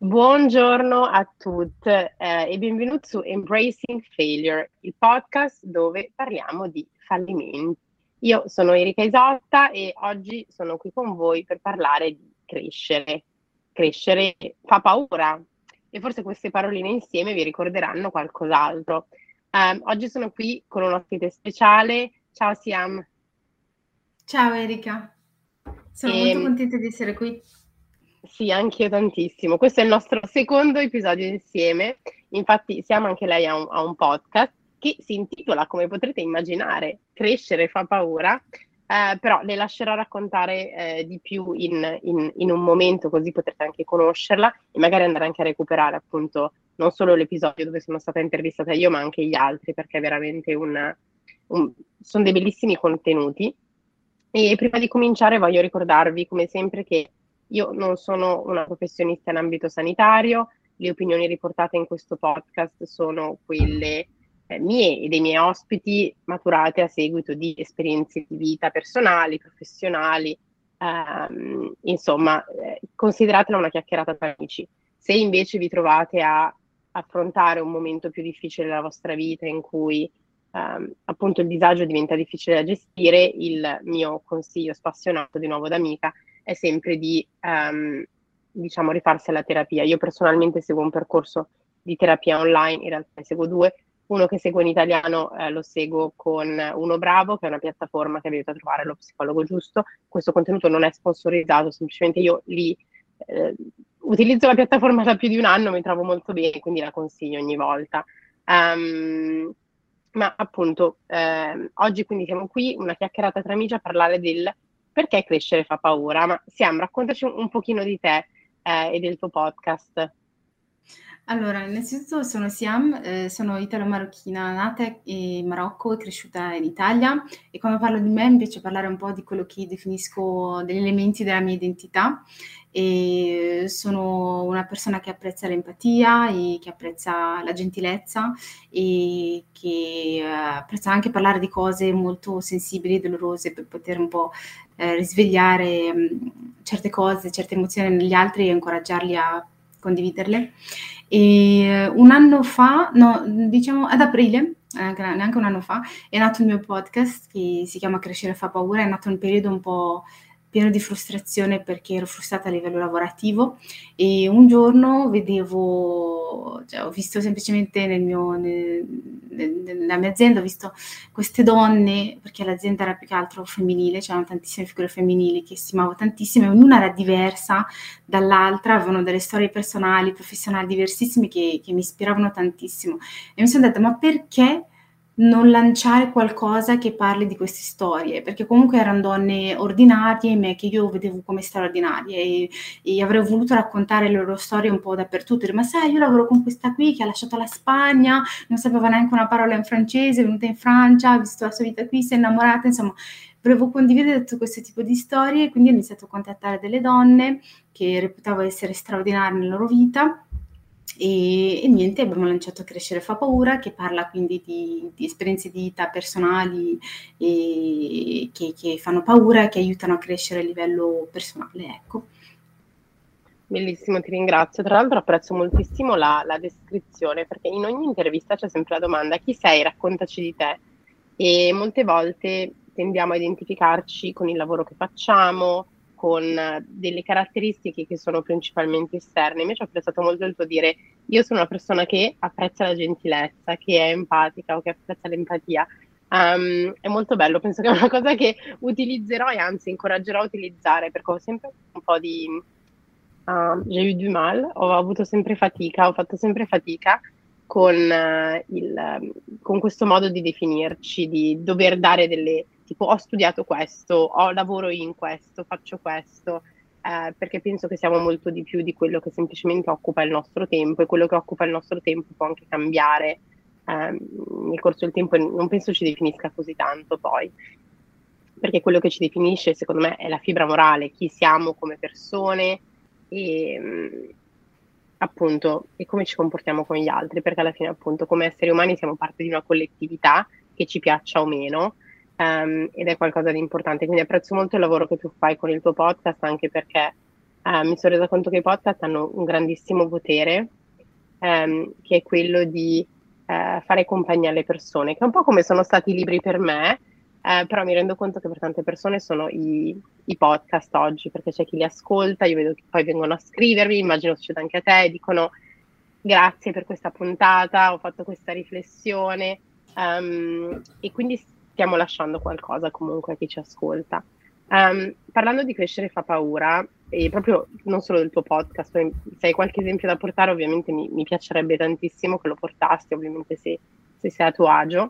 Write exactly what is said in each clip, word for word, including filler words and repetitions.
Buongiorno a tutti eh, e benvenuti su Embracing Failure, il podcast dove parliamo di fallimenti. Io sono Erika Isotta e oggi sono qui con voi per parlare di crescere. Crescere fa paura e forse queste paroline insieme vi ricorderanno qualcos'altro. Um, oggi sono qui con un ospite speciale. Ciao Siam. Ciao Erika, sono E, molto contenta di essere qui. Sì, anch'io tantissimo. Questo è il nostro secondo episodio insieme. Infatti, Siam anche lei ha un, ha un podcast che si intitola, come potrete immaginare, Crescere fa paura. Eh, però le lascerò raccontare eh, di più in, in, in un momento, così potrete anche conoscerla e magari andare anche a recuperare appunto non solo l'episodio dove sono stata intervistata io, ma anche gli altri, perché è veramente un, un, sono dei bellissimi contenuti. E prima di cominciare voglio ricordarvi, come sempre, che io non sono una professionista in ambito sanitario, le opinioni riportate in questo podcast sono quelle eh, mie e dei miei ospiti, maturate a seguito di esperienze di vita personali, professionali, ehm, insomma, eh, consideratela una chiacchierata tra amici. Se invece vi trovate a affrontare un momento più difficile della vostra vita in cui ehm, appunto il disagio diventa difficile da gestire, il mio consiglio spassionato di nuovo da amica è sempre di ehm, diciamo rifarsi alla terapia. Io personalmente seguo un percorso di terapia online, in realtà ne seguo due. Uno che seguo in italiano eh, lo seguo con Uno Bravo, che è una piattaforma che vi aiuta a trovare lo psicologo giusto. Questo contenuto non è sponsorizzato, semplicemente io lì eh, utilizzo la piattaforma da più di un anno, mi trovo molto bene, quindi la consiglio ogni volta. Um, ma appunto, ehm, oggi quindi siamo qui, una chiacchierata tra amici a parlare del perché crescere fa paura. Ma Siam, raccontaci un, un pochino di te eh, e del tuo podcast. Allora, innanzitutto sono Siam, eh, sono italo-marocchina, nata in Marocco e cresciuta in Italia, e quando parlo di me mi piace parlare un po' di quello che definisco degli elementi della mia identità. E sono una persona che apprezza l'empatia e che apprezza la gentilezza e che eh, apprezza anche parlare di cose molto sensibili e dolorose per poter un po' eh, risvegliare mh, certe cose, certe emozioni negli altri e incoraggiarli a condividerle. E un anno fa, no, diciamo ad aprile, eh, neanche un anno fa, è nato il mio podcast che si chiama Crescere fa paura. È nato un periodo un po' pieno di frustrazione perché ero frustrata a livello lavorativo, e un giorno vedevo, cioè ho visto semplicemente nel mio, nel, nella mia azienda, ho visto queste donne, perché l'azienda era più che altro femminile, c'erano tantissime figure femminili che stimavo tantissime, ognuna era diversa dall'altra, avevano delle storie personali, professionali diversissime che, che mi ispiravano tantissimo, e mi sono detta: ma perché non lanciare qualcosa che parli di queste storie? Perché comunque erano donne ordinarie, me che io vedevo come straordinarie, e, e avrei voluto raccontare le loro storie un po' dappertutto. Ma sai, io lavoro con questa qui che ha lasciato la Spagna, non sapeva neanche una parola in francese, è venuta in Francia, ha vissuto la sua vita qui, si è innamorata, insomma volevo condividere tutto questo tipo di storie. Quindi ho iniziato a contattare delle donne che reputavo essere straordinarie nella loro vita. E, e niente, abbiamo lanciato Crescere fa paura, che parla quindi di, di esperienze di vita personali e che, che fanno paura e che aiutano a crescere a livello personale, ecco. Bellissimo, ti ringrazio. Tra l'altro apprezzo moltissimo la, la descrizione, perché in ogni intervista c'è sempre la domanda: chi sei? Raccontaci di te. E molte volte tendiamo a identificarci con il lavoro che facciamo, con eh, delle caratteristiche che sono principalmente esterne. Invece ho apprezzato molto il tuo dire: io sono una persona che apprezza la gentilezza, che è empatica o che apprezza l'empatia. Um, è molto bello, penso che è una cosa che utilizzerò e anzi incoraggerò a utilizzare, perché ho sempre un po' di uh, j'ai eu du mal, ho avuto sempre fatica, ho fatto sempre fatica con, eh, il, con questo modo di definirci, di dover dare delle, tipo ho studiato questo, ho lavoro in questo, faccio questo, eh, perché penso che siamo molto di più di quello che semplicemente occupa il nostro tempo, e quello che occupa il nostro tempo può anche cambiare ehm, nel corso del tempo, e non penso ci definisca così tanto poi, perché quello che ci definisce secondo me è la fibra morale, chi siamo come persone e mh, appunto e come ci comportiamo con gli altri, perché alla fine appunto come esseri umani siamo parte di una collettività, che ci piaccia o meno, ehm, ed è qualcosa di importante. Quindi apprezzo molto il lavoro che tu fai con il tuo podcast, anche perché eh, mi sono resa conto che i podcast hanno un grandissimo potere, ehm, che è quello di eh, fare compagnia alle persone, che è un po' come sono stati i libri per me, eh, però mi rendo conto che per tante persone sono i, i podcast oggi, perché c'è chi li ascolta, io vedo che poi vengono a scrivermi, immagino succeda anche a te, dicono grazie per questa puntata, ho fatto questa riflessione, um, e quindi stiamo lasciando qualcosa comunque a chi ci ascolta. Um, parlando di crescere fa paura, e proprio non solo del tuo podcast, se hai qualche esempio da portare ovviamente mi, mi piacerebbe tantissimo che lo portassi, ovviamente se, se sei a tuo agio.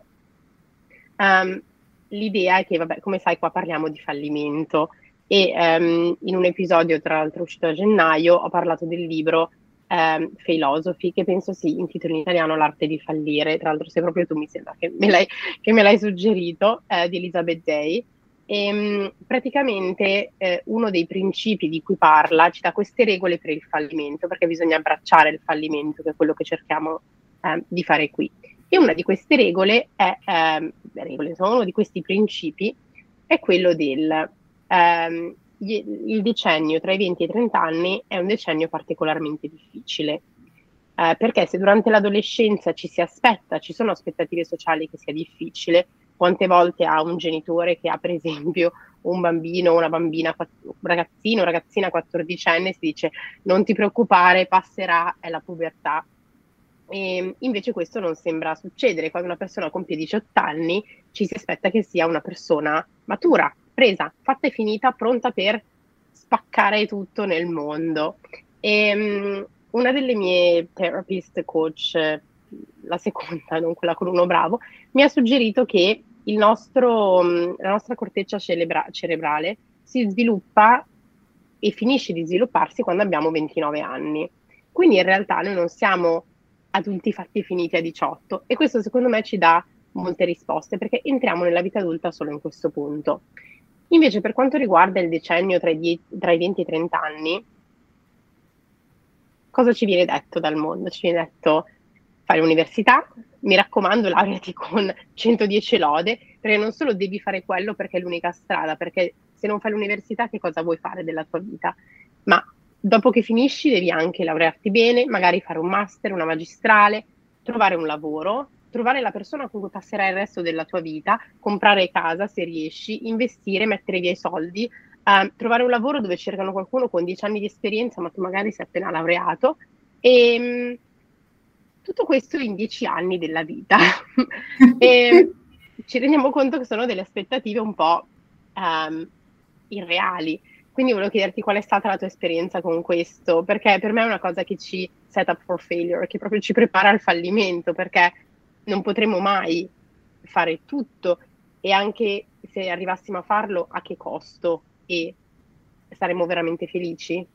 Um, l'idea è che, vabbè, come sai qua parliamo di fallimento e um, in un episodio tra l'altro uscito a gennaio ho parlato del libro um, Philosophy, che penso si intitoli in italiano L'arte di fallire, tra l'altro sei proprio tu, mi sembra che me l'hai, che me l'hai suggerito, eh, di Elizabeth Day. E, um, praticamente eh, uno dei principi di cui parla ci dà queste regole per il fallimento, perché bisogna abbracciare il fallimento, che è quello che cerchiamo eh, di fare qui. E una di queste regole è, ehm, regole, insomma, uno di questi principi è quello del ehm, il decennio tra i venti e i trenta anni è un decennio particolarmente difficile, eh, perché se durante l'adolescenza ci si aspetta, ci sono aspettative sociali che sia difficile, quante volte ha un genitore che ha per esempio un bambino o una bambina, un ragazzino o ragazzina quattordicenne, si dice non ti preoccupare, passerà, è la pubertà. E invece questo non sembra succedere. Quando una persona compie diciotto anni ci si aspetta che sia una persona matura, presa, fatta e finita, pronta per spaccare tutto nel mondo. E, um, una delle mie therapist coach, la seconda, non quella con uno bravo, mi ha suggerito che il nostro, la nostra corteccia cerebra- cerebrale si sviluppa e finisce di svilupparsi quando abbiamo ventinove anni. Quindi in realtà noi non siamo adulti fatti finiti a diciotto, e questo secondo me ci dà molte risposte, perché entriamo nella vita adulta solo in questo punto. Invece per quanto riguarda il decennio tra i, die- tra i venti e i trenta anni, cosa ci viene detto dal mondo? Ci viene detto fai l'università, mi raccomando laureati con centodieci lode, perché non solo devi fare quello perché è l'unica strada, perché se non fai l'università che cosa vuoi fare della tua vita? Ma dopo che finisci devi anche laurearti bene, magari fare un master, una magistrale, trovare un lavoro, trovare la persona con cui passerai il resto della tua vita, comprare casa se riesci, investire, mettere via i soldi, eh, trovare un lavoro dove cercano qualcuno con dieci anni di esperienza, ma tu magari sei appena laureato, e mh, tutto questo in dieci anni della vita. E ci rendiamo conto che sono delle aspettative un po' um, irreali. Quindi volevo chiederti qual è stata la tua esperienza con questo, perché per me è una cosa che ci set up for failure, che proprio ci prepara al fallimento, perché non potremo mai fare tutto, e anche se arrivassimo a farlo, a che costo, e saremo veramente felici?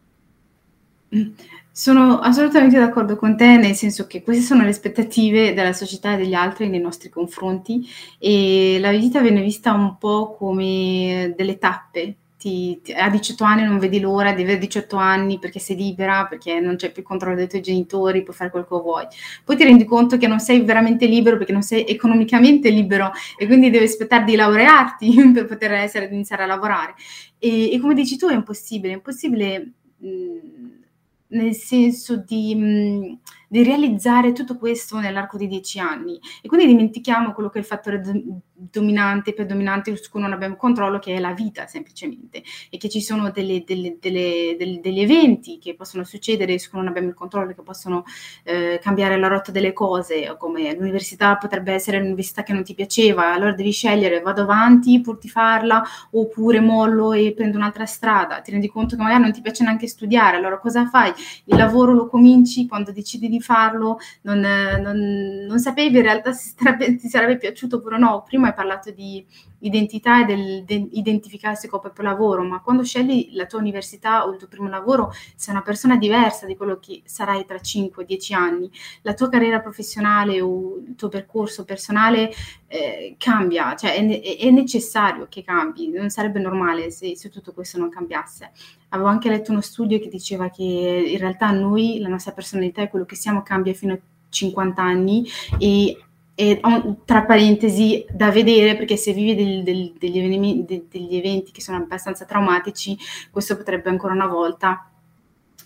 Sono assolutamente d'accordo con te, nel senso che queste sono le aspettative della società e degli altri nei nostri confronti, e la vita viene vista un po' come delle tappe. Ti, ti, a diciotto anni non vedi l'ora di avere diciotto anni perché sei libera, perché non c'è più il controllo dei tuoi genitori, puoi fare quel che vuoi. Poi ti rendi conto che non sei veramente libero perché non sei economicamente libero, e quindi devi aspettare di laurearti per poter essere, iniziare a lavorare. E, e come dici tu è impossibile, è impossibile mh, nel senso di, mh, di realizzare tutto questo nell'arco di dieci anni, e quindi dimentichiamo quello che è il fattore do- dominante, predominante, su cui non abbiamo controllo, che è la vita semplicemente, e che ci sono delle, delle, delle, delle, degli eventi che possono succedere su cui non abbiamo il controllo, che possono eh, cambiare la rotta delle cose, come l'università potrebbe essere l'università che non ti piaceva, allora devi scegliere: vado avanti pur di farla oppure mollo e prendo un'altra strada. Ti rendi conto che magari non ti piace neanche studiare, allora cosa fai? Il lavoro lo cominci, quando decidi di farlo non, non, non sapevi in realtà se sarebbe, ti sarebbe piaciuto oppure no. Prima hai parlato di identità e del de, identificarsi con il proprio lavoro, ma quando scegli la tua università o il tuo primo lavoro sei una persona diversa di quello che sarai tra cinque dieci anni. La tua carriera professionale o il tuo percorso personale eh, cambia, cioè è, è necessario che cambi, non sarebbe normale se, se tutto questo non cambiasse. Avevo anche letto uno studio che diceva che in realtà noi, la nostra personalità e quello che siamo cambia fino a cinquanta anni, e, e tra parentesi da vedere, perché se vivi del, del, degli, eventi, de, degli eventi che sono abbastanza traumatici, questo potrebbe ancora una volta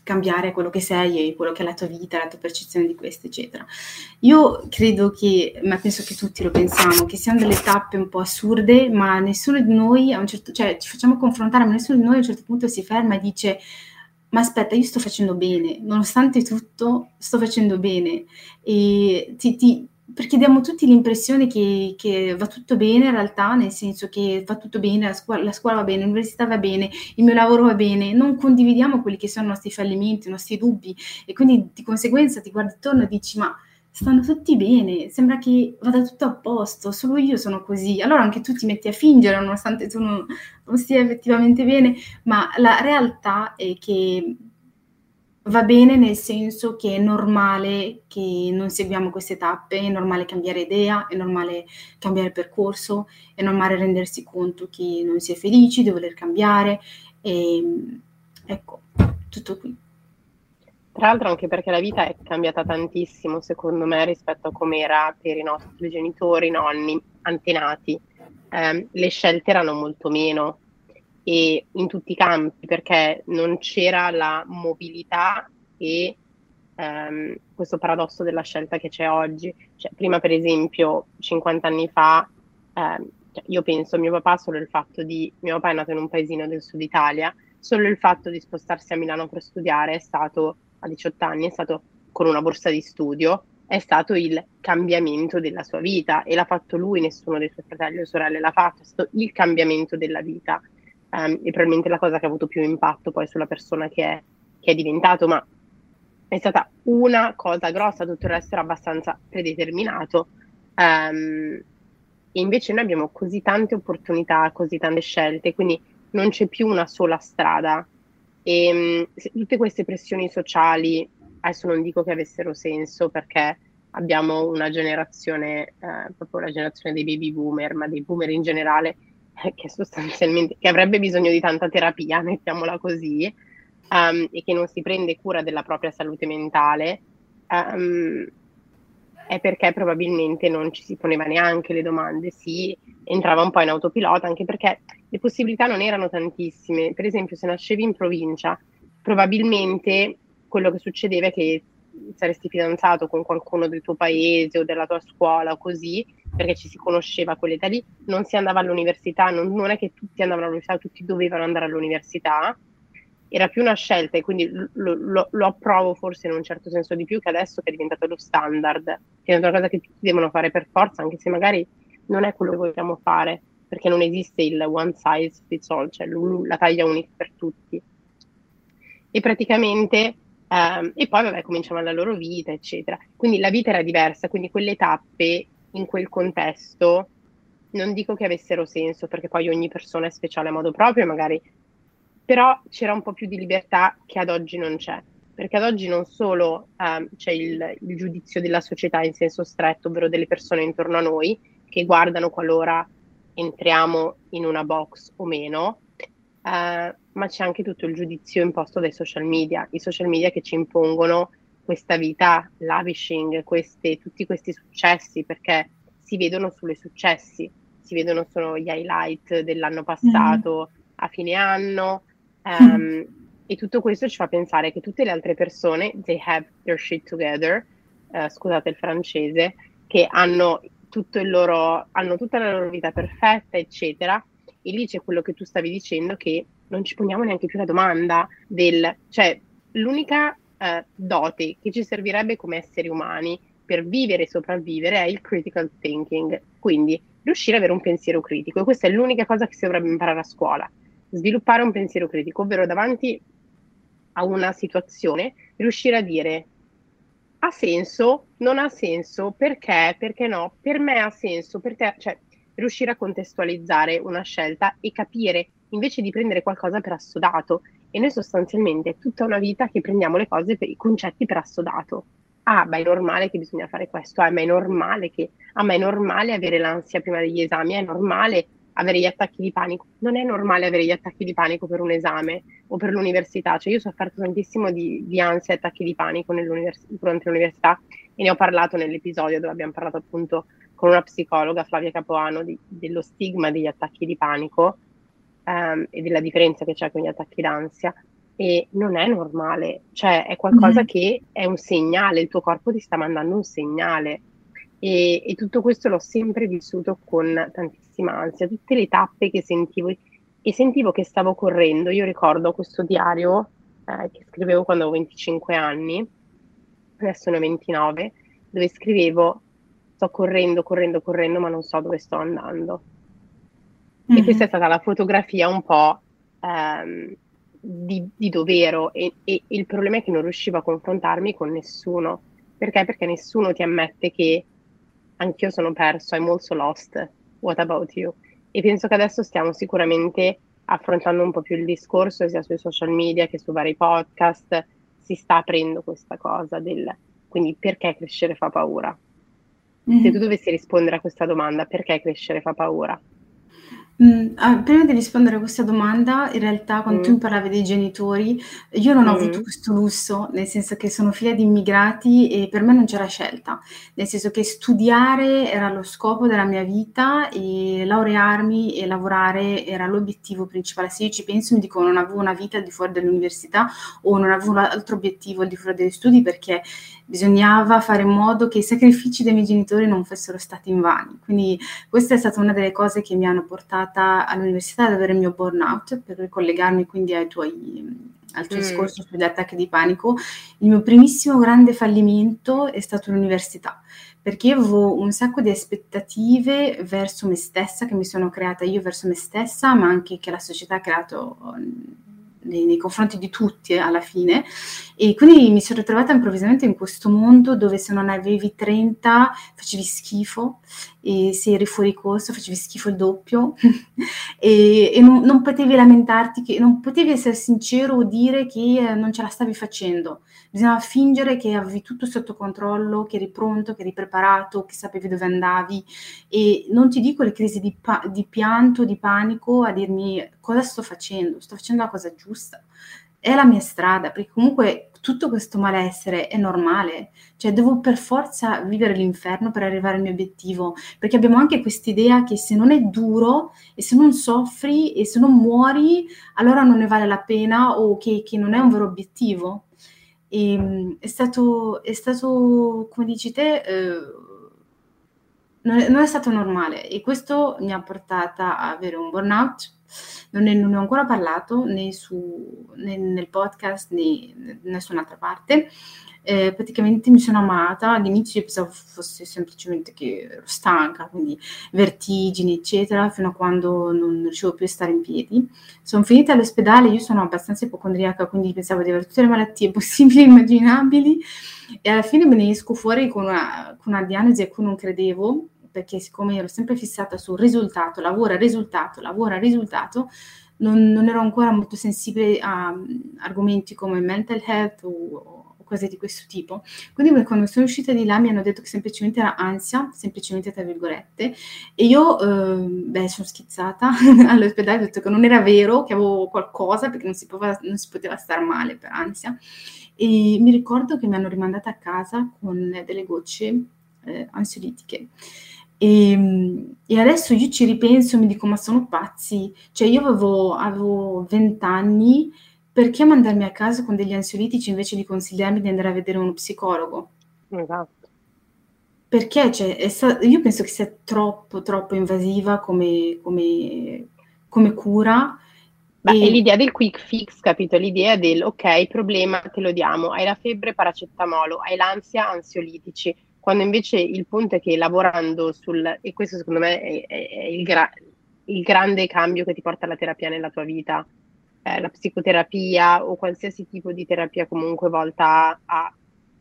cambiare quello che sei e quello che è la tua vita, la tua percezione di questo, eccetera. Io credo che, ma penso che tutti lo pensiamo, che siano delle tappe un po' assurde, ma nessuno di noi a un certo, cioè ci facciamo confrontare, ma nessuno di noi a un certo punto si ferma e dice: ma aspetta, io sto facendo bene, nonostante tutto sto facendo bene, e ti, ti, perché diamo tutti l'impressione che, che va tutto bene in realtà, nel senso che va tutto bene, la scuola, la scuola va bene, l'università va bene, il mio lavoro va bene, non condividiamo quelli che sono i nostri fallimenti, i nostri dubbi, e quindi di conseguenza ti guardi attorno e dici: ma stanno tutti bene, sembra che vada tutto a posto, solo io sono così. Allora anche tu ti metti a fingere nonostante tu non, non stia effettivamente bene, ma la realtà è che va bene nel senso che è normale che non seguiamo queste tappe, è normale cambiare idea, è normale cambiare percorso, è normale rendersi conto che non si è felici, di voler cambiare, e ecco, tutto qui. Tra l'altro anche perché la vita è cambiata tantissimo, secondo me, rispetto a come era per i nostri genitori, nonni, antenati. Eh, le scelte erano molto meno, e in tutti i campi, perché non c'era la mobilità e ehm, questo paradosso della scelta che c'è oggi. Cioè, prima, per esempio, cinquanta anni fa, ehm, cioè, io penso, mio papà, solo il fatto di, mio papà è nato in un paesino del sud Italia, solo il fatto di spostarsi a Milano per studiare è stato, a diciotto anni, è stato con una borsa di studio, è stato il cambiamento della sua vita, e l'ha fatto lui, nessuno dei suoi fratelli o sorelle l'ha fatto, è stato il cambiamento della vita. Um, e probabilmente la cosa che ha avuto più impatto poi sulla persona che è, che è diventato, ma è stata una cosa grossa, tutto il resto era abbastanza predeterminato. Um, e invece noi abbiamo così tante opportunità, così tante scelte, quindi non c'è più una sola strada. E um, tutte queste pressioni sociali, adesso non dico che avessero senso, perché abbiamo una generazione, eh, proprio la generazione dei baby boomer, ma dei boomer in generale, che sostanzialmente che avrebbe bisogno di tanta terapia, mettiamola così, um, e che non si prende cura della propria salute mentale, um, è perché probabilmente non ci si poneva neanche le domande, si entrava un po' in autopilota, anche perché le possibilità non erano tantissime. Per esempio, se nascevi in provincia, probabilmente quello che succedeva è che saresti fidanzato con qualcuno del tuo paese o della tua scuola o così, perché ci si conosceva a quell'età lì, non si andava all'università, non, non è che tutti andavano all'università, tutti dovevano andare all'università, era più una scelta, e quindi lo, lo, lo approvo forse in un certo senso di più che adesso, che è diventato lo standard, che è una cosa che tutti devono fare per forza, anche se magari non è quello che vogliamo fare, perché non esiste il one size fits all, cioè la taglia unica per tutti. E praticamente Um, e poi vabbè, cominciano la loro vita, eccetera. Quindi la vita era diversa, quindi quelle tappe in quel contesto non dico che avessero senso, perché poi ogni persona è speciale a modo proprio, magari, però c'era un po' più di libertà che ad oggi non c'è, perché ad oggi non solo um, c'è il, il giudizio della società in senso stretto, ovvero delle persone intorno a noi che guardano qualora entriamo in una box o meno, Uh, ma c'è anche tutto il giudizio imposto dai social media, i social media che ci impongono questa vita lavishing, queste, tutti questi successi, perché si vedono solo i successi, si vedono solo gli highlight dell'anno passato mm. a fine anno, um, mm. e tutto questo ci fa pensare che tutte le altre persone, they have their shit together, uh, scusate il francese, che hanno tutto il loro, hanno tutta la loro vita perfetta, eccetera. E lì c'è quello che tu stavi dicendo, che non ci poniamo neanche più la domanda del, cioè l'unica eh, dote che ci servirebbe come esseri umani per vivere e sopravvivere è il critical thinking, quindi riuscire ad avere un pensiero critico, e questa è l'unica cosa che si dovrebbe imparare a scuola, sviluppare un pensiero critico, ovvero davanti a una situazione riuscire a dire: ha senso, non ha senso, perché, perché no, per me ha senso, per te, cioè riuscire a contestualizzare una scelta e capire, invece di prendere qualcosa per assodato. E noi sostanzialmente è tutta una vita che prendiamo le cose, per i concetti per assodato. Ah, beh, è normale che bisogna fare questo, ah, ma è normale che, ah, ma è normale avere l'ansia prima degli esami, è normale avere gli attacchi di panico. Non è normale avere gli attacchi di panico per un esame o per l'università. Cioè io ho sofferto tantissimo di, di ansia e attacchi di panico durante l'università, e ne ho parlato nell'episodio dove abbiamo parlato appunto con una psicologa, Flavia Capuano, di, dello stigma degli attacchi di panico um, e della differenza che c'è con gli attacchi d'ansia. e non è normale, cioè è qualcosa Mhm. che è un segnale, il tuo corpo ti sta mandando un segnale. E, e tutto questo l'ho sempre vissuto con tantissima ansia, tutte le tappe che sentivo e sentivo che stavo correndo. Io ricordo questo diario eh, che scrivevo quando avevo venticinque anni, adesso ne ho ventinove, dove scrivevo sto correndo, correndo, correndo, ma non so dove sto andando. E questa è Mhm. stata la fotografia un po' ehm, di, di dovero e, e il problema è che non riuscivo a confrontarmi con nessuno. Perché? Perché nessuno ti ammette che anch'io sono perso, I'm also lost. What about you? E penso che adesso stiamo sicuramente affrontando un po' più il discorso, sia sui social media che su vari podcast, si sta aprendo questa cosa del quindi perché crescere fa paura? Se tu Mhm. dovessi rispondere a questa domanda, perché crescere fa paura? Mhmm, ah, prima di rispondere a questa domanda, in realtà quando tu Mm, mi parlavi dei genitori, io non ho avuto mm, questo lusso, nel senso che sono figlia di immigrati e per me non c'era scelta, nel senso che studiare era lo scopo della mia vita e laurearmi e lavorare era l'obiettivo principale. Se io ci penso mi dico non avevo una vita al di fuori dell'università o non avevo un altro obiettivo al di fuori degli studi perché bisognava fare in modo che i sacrifici dei miei genitori non fossero stati invani. Quindi questa è stata una delle cose che mi hanno portata all'università ad avere il mio burnout, per ricollegarmi quindi ai tuoi al tuo mm. discorso sugli attacchi di panico. Il mio primissimo grande fallimento è stato l'università, perché io avevo un sacco di aspettative verso me stessa, che mi sono creata io verso me stessa, ma anche che la società ha creato nei, nei confronti di tutti eh, alla fine. E quindi mi sono ritrovata improvvisamente in questo mondo dove se non avevi trenta facevi schifo, e se eri fuori corso facevi schifo il doppio e, e non, non potevi lamentarti, che, non potevi essere sincero o dire che eh, non ce la stavi facendo. Bisognava fingere che avevi tutto sotto controllo, che eri pronto, che eri preparato, che sapevi dove andavi e non ti dico le crisi di, pa- di pianto, di panico a dirmi cosa sto facendo, sto facendo la cosa giusta, è la mia strada, perché comunque tutto questo malessere è normale, cioè devo per forza vivere l'inferno per arrivare al mio obiettivo, perché abbiamo anche quest'idea che se non è duro e se non soffri e se non muori, allora non ne vale la pena o che, che non è un vero obiettivo. E, mh, è stato, è stato, come dici te, eh, non è, non è stato normale e questo mi ha portata a avere un burnout. Non ne, non ne ho ancora parlato né, su, né nel podcast né da nessun'altra parte. Eh, praticamente mi sono ammalata, all'inizio io pensavo fosse semplicemente che ero stanca, quindi vertigini eccetera, fino a quando non riuscivo più a stare in piedi. Sono finita all'ospedale, io sono abbastanza ipocondriaca, quindi pensavo di avere tutte le malattie possibili e immaginabili e alla fine me ne esco fuori con una, con una diagnosi a cui non credevo, perché siccome ero sempre fissata sul risultato, lavora, risultato, lavora, risultato, non, non ero ancora molto sensibile a um, argomenti come mental health o, o cose di questo tipo. Quindi quando sono uscita di là mi hanno detto che semplicemente era ansia, semplicemente tra virgolette, e io, eh, beh, sono schizzata all'ospedale, ho detto che non era vero, che avevo qualcosa, perché non si poteva, non si poteva star male per ansia. E mi ricordo che mi hanno rimandata a casa con delle gocce eh, ansiolitiche. E, e adesso io ci ripenso e mi dico, ma sono pazzi? Cioè io avevo, avevo venti anni, perché mandarmi a casa con degli ansiolitici invece di consigliarmi di andare a vedere uno psicologo? Esatto. Perché cioè, è sta- io penso che sia troppo, troppo invasiva come, come, come cura. Beh, è E l'idea del quick fix, capito? L'idea del ok, problema, te lo diamo. Hai la febbre, paracetamolo, hai l'ansia, ansiolitici. Quando invece il punto è che lavorando sul, e questo secondo me è, è- è il, gra- il grande cambio che ti porta la terapia nella tua vita, eh, la psicoterapia o qualsiasi tipo di terapia comunque volta a-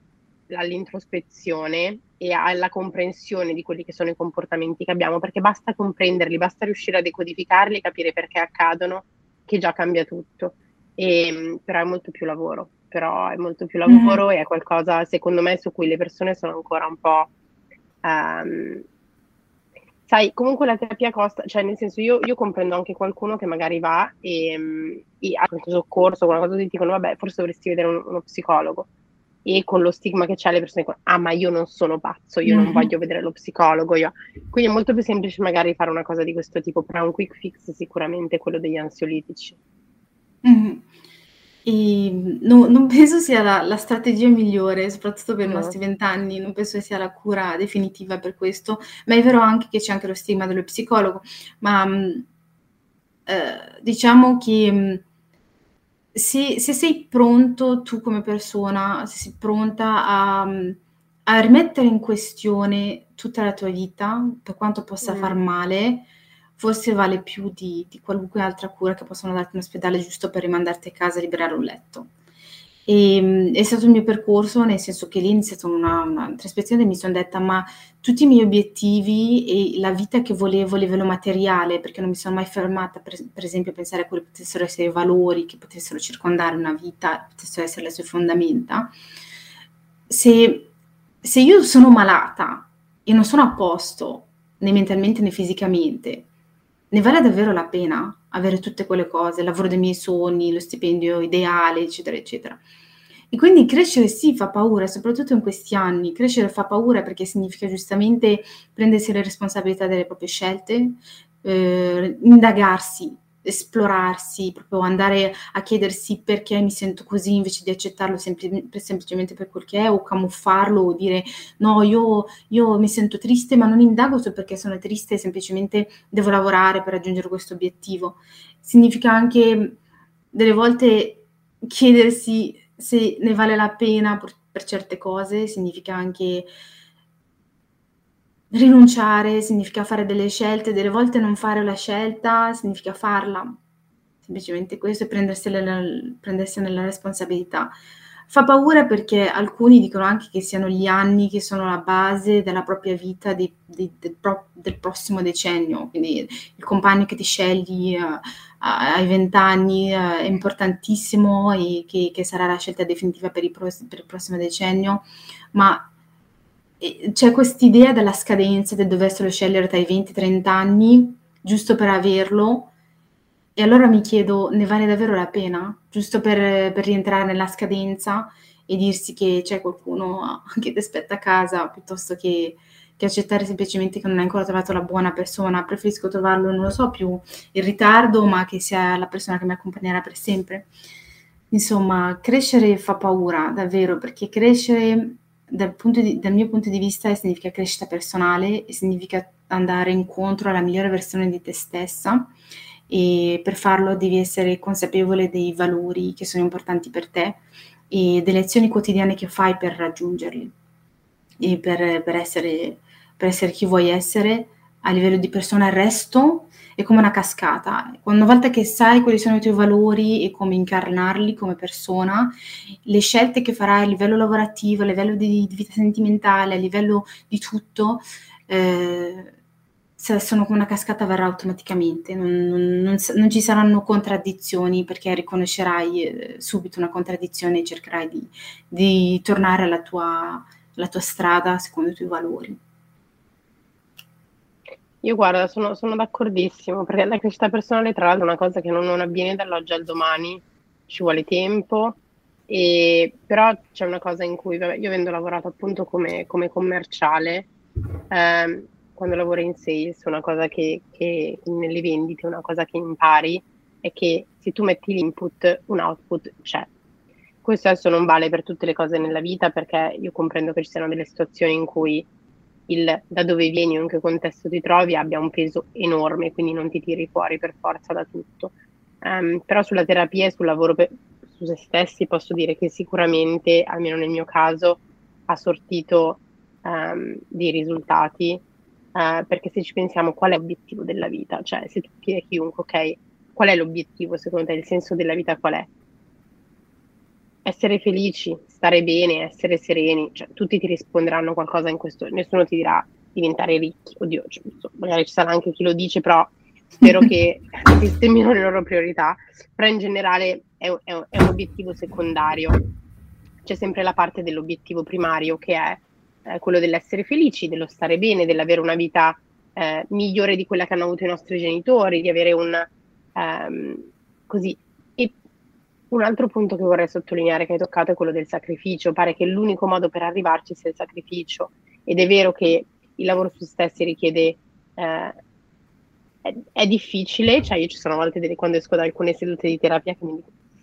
all'introspezione e alla comprensione di quelli che sono i comportamenti che abbiamo, perché basta comprenderli, basta riuscire a decodificarli e capire perché accadono, che già cambia tutto. E, però è molto più lavoro, però è molto più Mhm, lavoro e è qualcosa, secondo me, su cui le persone sono ancora un po'... ehm, sai, comunque la terapia costa, cioè nel senso io, io comprendo anche qualcuno che magari va e, mm, e ha questo soccorso, una cosa così, dicono vabbè, forse dovresti vedere un- uno psicologo. E con lo stigma che c'è le persone dicono, ah ma io non sono pazzo, io non mhm, voglio vedere lo psicologo. Io... Quindi è molto più semplice magari fare una cosa di questo tipo, però un quick fix sicuramente quello degli ansiolitici. mhm. E no, non penso sia la, la strategia migliore, soprattutto per i No. nostri vent'anni, non penso sia la cura definitiva per questo, ma è vero anche che c'è anche lo stigma dello psicologo, ma mh, eh, diciamo che mh, se, se sei pronto tu come persona, se sei pronta a, mh, a rimettere in questione tutta la tua vita, per quanto possa far Mm. male, forse vale più di, di qualunque altra cura che possono darti in ospedale giusto per rimandarti a casa e liberare un letto. E, mh, è stato il mio percorso, nel senso che lì è iniziata una, una introspezione e mi sono detta, ma tutti i miei obiettivi e la vita che volevo a livello materiale, perché non mi sono mai fermata, per, per esempio, a pensare a quali potessero essere i valori che potessero circondare una vita, potessero essere le sue fondamenta, se, se io sono malata e non sono a posto né mentalmente né fisicamente, ne vale davvero la pena avere tutte quelle cose, il lavoro dei miei sogni, lo stipendio ideale, eccetera, eccetera. E quindi crescere sì fa paura, soprattutto in questi anni. Crescere fa paura perché significa giustamente prendersi le responsabilità delle proprie scelte, eh, indagarsi, esplorarsi, proprio andare a chiedersi perché mi sento così invece di accettarlo sempli- semplicemente per quel che è, o camuffarlo, o dire no, io, io mi sento triste, ma non indago su perché sono triste, semplicemente devo lavorare per raggiungere questo obiettivo. Significa anche delle volte chiedersi se ne vale la pena per, per certe cose, significa anche rinunciare, significa fare delle scelte, delle volte non fare la scelta, significa farla. Semplicemente questo e prendersene, prendersene la responsabilità. Fa paura perché alcuni dicono anche che siano gli anni che sono la base della propria vita di, di, del, pro, del prossimo decennio, quindi il compagno che ti scegli uh, ai vent'anni uh, è importantissimo e che, che sarà la scelta definitiva per, i pro, per il prossimo decennio, ma c'è quest'idea della scadenza, del doverselo scegliere tra i venti e i trenta anni, giusto per averlo, e allora mi chiedo, ne vale davvero la pena? Giusto per, per rientrare nella scadenza e dirsi che c'è qualcuno che ti aspetta a casa, piuttosto che, che accettare semplicemente che non hai ancora trovato la buona persona. Preferisco trovarlo, non lo so, più in ritardo, ma che sia la persona che mi accompagnerà per sempre. Insomma, crescere fa paura, davvero, perché crescere dal, punto di, dal mio punto di vista significa crescita personale e significa andare incontro alla migliore versione di te stessa, e per farlo devi essere consapevole dei valori che sono importanti per te e delle azioni quotidiane che fai per raggiungerli e per, per, essere, per essere chi vuoi essere a livello di persona. Il resto è come una cascata. Una volta che sai quali sono i tuoi valori e come incarnarli come persona, le scelte che farai a livello lavorativo, a livello di, di vita sentimentale, a livello di tutto, eh, se sono come una cascata, verrà automaticamente, non, non, non, non ci saranno contraddizioni, perché riconoscerai eh, subito una contraddizione e cercherai di, di tornare alla tua, alla tua strada secondo i tuoi valori. Io guarda, sono, sono d'accordissimo, perché la crescita personale tra l'altro è una cosa che non, non avviene dall'oggi al domani, ci vuole tempo, e, però c'è una cosa in cui, vabbè, io avendo lavorato appunto come, come commerciale, ehm, quando lavori in sales, una cosa che, che nelle vendite, una cosa che impari è che se tu metti l'input, un output c'è. Questo adesso non vale per tutte le cose nella vita, perché io comprendo che ci siano delle situazioni in cui il da dove vieni o in che contesto ti trovi abbia un peso enorme, quindi non ti tiri fuori per forza da tutto. Um, però sulla terapia e sul lavoro per, su se stessi posso dire che sicuramente, almeno nel mio caso, ha sortito um, dei risultati, uh, perché se ci pensiamo qual è l'obiettivo della vita, cioè se tu chiedi a chiunque, ok, qual è l'obiettivo secondo te, il senso della vita qual è? Essere felici, stare bene, essere sereni, cioè tutti ti risponderanno qualcosa in questo, nessuno ti dirà diventare ricchi, oddio, cioè, magari ci sarà anche chi lo dice, però spero che sistemino le loro priorità, però in generale è, è, è un obiettivo secondario, c'è sempre la parte dell'obiettivo primario che è eh, quello dell'essere felici, dello stare bene, dell'avere una vita eh, migliore di quella che hanno avuto i nostri genitori, di avere un ehm, così. E un altro punto che vorrei sottolineare che hai toccato è quello del sacrificio. Pare che l'unico modo per arrivarci sia il sacrificio, ed è vero che il lavoro su se stessi richiede eh, è, è difficile, cioè io ci sono volte delle, quando esco da alcune sedute di terapia che mi dico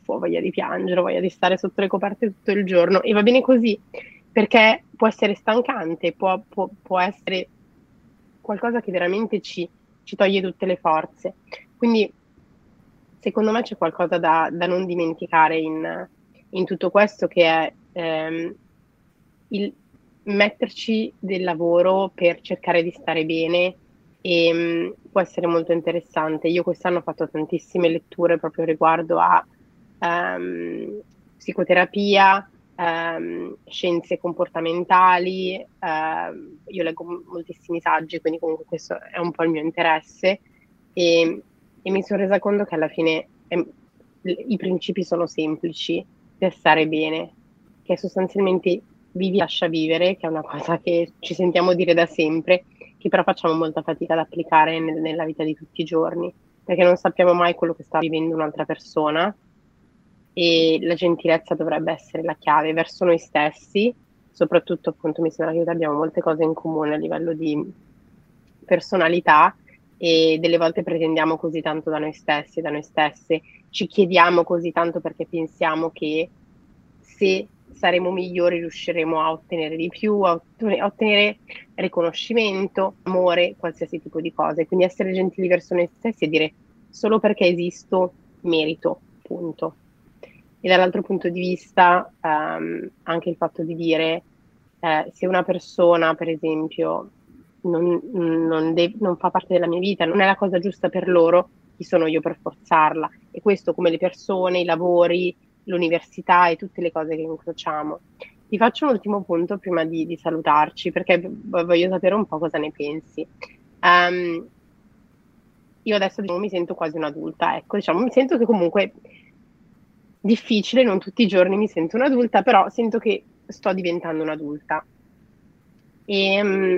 stufo, ho voglia di piangere, ho voglia di stare sotto le coperte tutto il giorno, e va bene così, perché può essere stancante, può, può, può essere qualcosa che veramente ci, ci toglie tutte le forze. Quindi secondo me c'è qualcosa da, da non dimenticare in, in tutto questo, che è ehm, il metterci del lavoro per cercare di stare bene, e mh, può essere molto interessante. Io quest'anno ho fatto tantissime letture proprio riguardo a ehm, psicoterapia, ehm, scienze comportamentali, ehm, io leggo moltissimi saggi, quindi comunque questo è un po' il mio interesse, e, e mi sono resa conto che alla fine ehm, i principi sono semplici per stare bene, che è sostanzialmente vivi, lascia vivere, che è una cosa che ci sentiamo dire da sempre, che però facciamo molta fatica ad applicare nel- nella vita di tutti i giorni, perché non sappiamo mai quello che sta vivendo un'altra persona, e la gentilezza dovrebbe essere la chiave verso noi stessi, soprattutto appunto mi sembra che abbiamo molte cose in comune a livello di personalità, e delle volte pretendiamo così tanto da noi stessi e da noi stesse, ci chiediamo così tanto perché pensiamo che se saremo migliori riusciremo a ottenere di più, a ottene- a ottenere riconoscimento, amore, qualsiasi tipo di cose. Quindi essere gentili verso noi stessi e dire solo perché esisto merito, punto. E dall'altro punto di vista ehm, anche il fatto di dire eh, se una persona, per esempio, non, non de- non fa parte della mia vita, non è la cosa giusta per loro, chi sono io per forzarla? E questo come le persone, i lavori, l'università e tutte le cose che incrociamo. Ti faccio un ultimo punto prima di, di salutarci, perché v- voglio sapere un po' cosa ne pensi. Ehm, io adesso diciamo, mi sento quasi un'adulta, ecco, diciamo, mi sento che comunque difficile, non tutti i giorni mi sento un'adulta, però sento che sto diventando un'adulta. E, mm,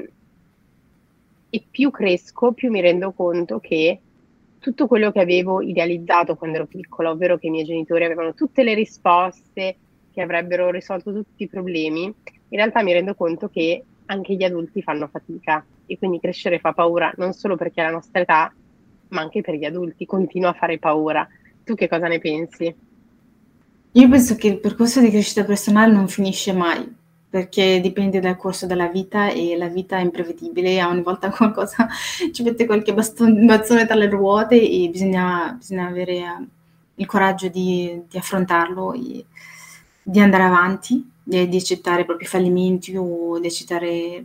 e più cresco, più mi rendo conto che tutto quello che avevo idealizzato quando ero piccola, ovvero che i miei genitori avevano tutte le risposte, che avrebbero risolto tutti i problemi, in realtà mi rendo conto che anche gli adulti fanno fatica, e quindi crescere fa paura, non solo perché è la nostra età, ma anche per gli adulti continua a fare paura. Tu che cosa ne pensi? Io penso che il percorso di crescita personale non finisce mai, perché dipende dal corso della vita e la vita è imprevedibile, a ogni volta qualcosa ci mette qualche baston- bazzone tra le ruote e bisogna, bisogna avere eh, il coraggio di, di affrontarlo e di andare avanti, di, di accettare i propri fallimenti o di accettare eh,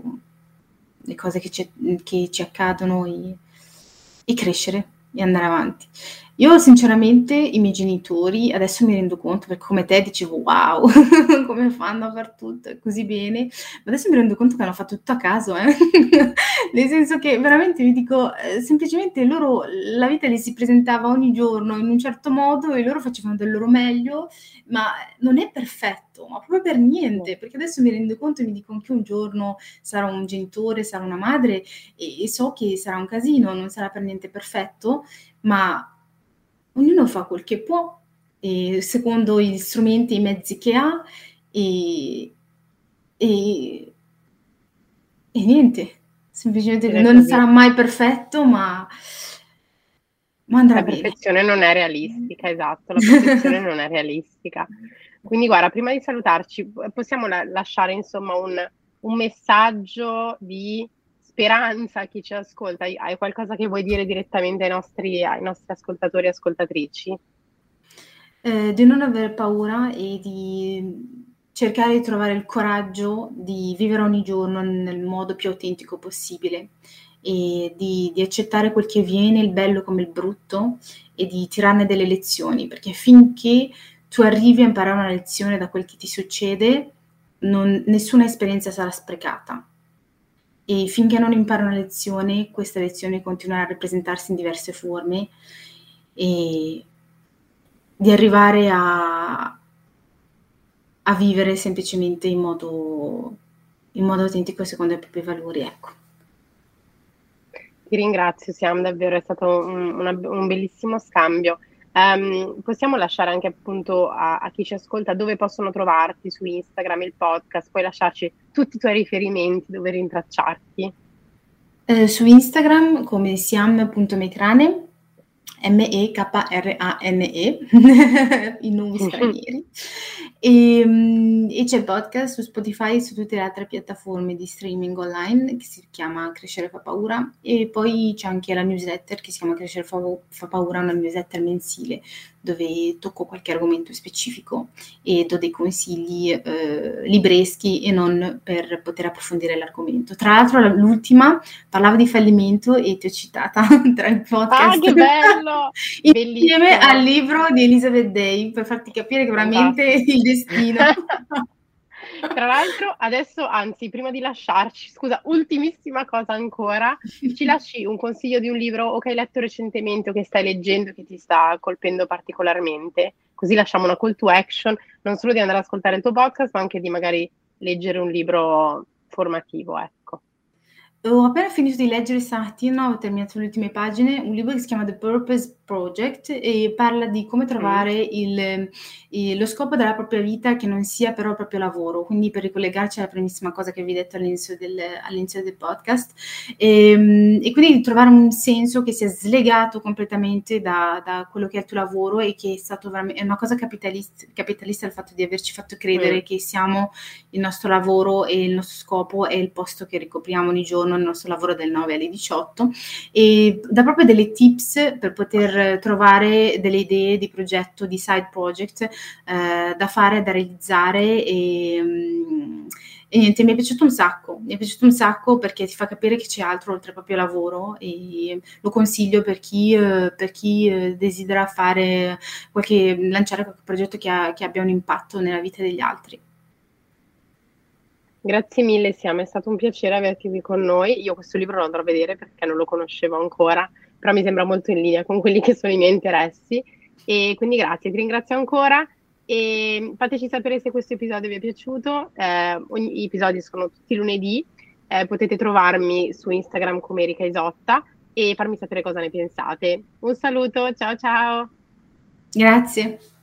le cose che ci, che ci accadono e, e crescere e andare avanti. Io sinceramente i miei genitori adesso mi rendo conto, perché come te dicevo: "Wow, come fanno a far tutto e così bene", ma adesso mi rendo conto che hanno fatto tutto a caso, eh. Nel senso che veramente mi dico, ehm, semplicemente loro la vita gli si presentava ogni giorno in un certo modo e loro facevano del loro meglio, ma non è perfetto, ma proprio per niente, perché adesso mi rendo conto e mi dico: "Anch'io un giorno sarò un genitore, sarò una madre e e so che sarà un casino, non sarà per niente perfetto, ma ognuno fa quel che può, e secondo gli strumenti e i mezzi che ha, e e e niente, semplicemente Ed è non così. sarà mai perfetto, ma ma andrà La bene. perfezione non è realistica, esatto, la perfezione non è realistica. Quindi guarda, prima di salutarci, possiamo la- lasciare insomma un, un messaggio di speranza a chi ci ascolta? Hai hai qualcosa che vuoi dire direttamente ai nostri, ai nostri ascoltatori e ascoltatrici? Ehm, di non aver paura e di cercare di trovare il coraggio di vivere ogni giorno nel modo più autentico possibile e di di accettare quel che viene, il bello come il brutto, e di tirarne delle lezioni, perché finché tu arrivi a imparare una lezione da quel che ti succede, non nessuna esperienza sarà sprecata. E finché non impari una lezione, questa lezione continuerà a ripresentarsi in diverse forme, e di arrivare a a vivere semplicemente in modo in modo autentico secondo i propri valori, ecco. Ti ringrazio, Siam, davvero è stato un, una- un bellissimo scambio. Ehm, possiamo lasciare anche appunto a, a chi ci ascolta dove possono trovarti su Instagram, il podcast, puoi lasciarci tutti i tuoi riferimenti, dove rintracciarti. Ehm, su Instagram come siam punto metrane, M E K R A N E, i nomi stranieri. E, e c'è il podcast su Spotify e su tutte le altre piattaforme di streaming online che si chiama Crescere fa paura, e poi c'è anche la newsletter che si chiama Crescere fa, fa paura, una newsletter mensile dove tocco qualche argomento specifico e do dei consigli eh, libreschi e non, per poter approfondire l'argomento. Tra l'altro l'ultima parlava di fallimento e ti ho citata tra i podcast. Ah, che bello! Insieme Bellissimo. al libro di Elizabeth Day, per farti capire che veramente Fantastico. il destino. Tra l'altro, adesso, anzi, prima di lasciarci, scusa, ultimissima cosa ancora, ci lasci un consiglio di un libro o che hai letto recentemente o che stai leggendo che ti sta colpendo particolarmente? Così lasciamo una call to action, non solo di andare ad ascoltare il tuo podcast, ma anche di magari leggere un libro formativo, ecco. Ho appena finito di leggere stamattina, ho terminato le ultime pagine, un libro che si chiama The Purpose Project e parla di come trovare il, il, lo scopo della propria vita che non sia però il proprio lavoro, quindi per ricollegarci alla primissima cosa che vi ho detto all'inizio del, all'inizio del podcast, e, e quindi di trovare un senso che sia slegato completamente da, da quello che è il tuo lavoro e che è stato veramente, è una cosa capitalista, capitalista il fatto di averci fatto credere mm. che siamo il nostro lavoro e il nostro scopo è il posto che ricopriamo ogni giorno nel nostro lavoro dal nove alle diciotto, e dà proprio delle tips per poter trovare delle idee di progetto, di side project eh, da fare, da realizzare e, e niente, mi è piaciuto un sacco, mi è piaciuto un sacco perché ti fa capire che c'è altro oltre al proprio lavoro e lo consiglio per chi, eh, per chi eh, desidera fare qualche, lanciare qualche progetto che, ha, che abbia un impatto nella vita degli altri. Grazie mille Siam, è stato un piacere averti qui con noi. Io questo libro lo andrò a vedere perché non lo conoscevo ancora, però mi sembra molto in linea con quelli che sono i miei interessi e quindi grazie, ti ringrazio ancora e fateci sapere se questo episodio vi è piaciuto. Eh, ogni, gli episodi sono tutti lunedì, eh, potete trovarmi su Instagram come Erika Isotta e farmi sapere cosa ne pensate. Un saluto, ciao ciao! Grazie!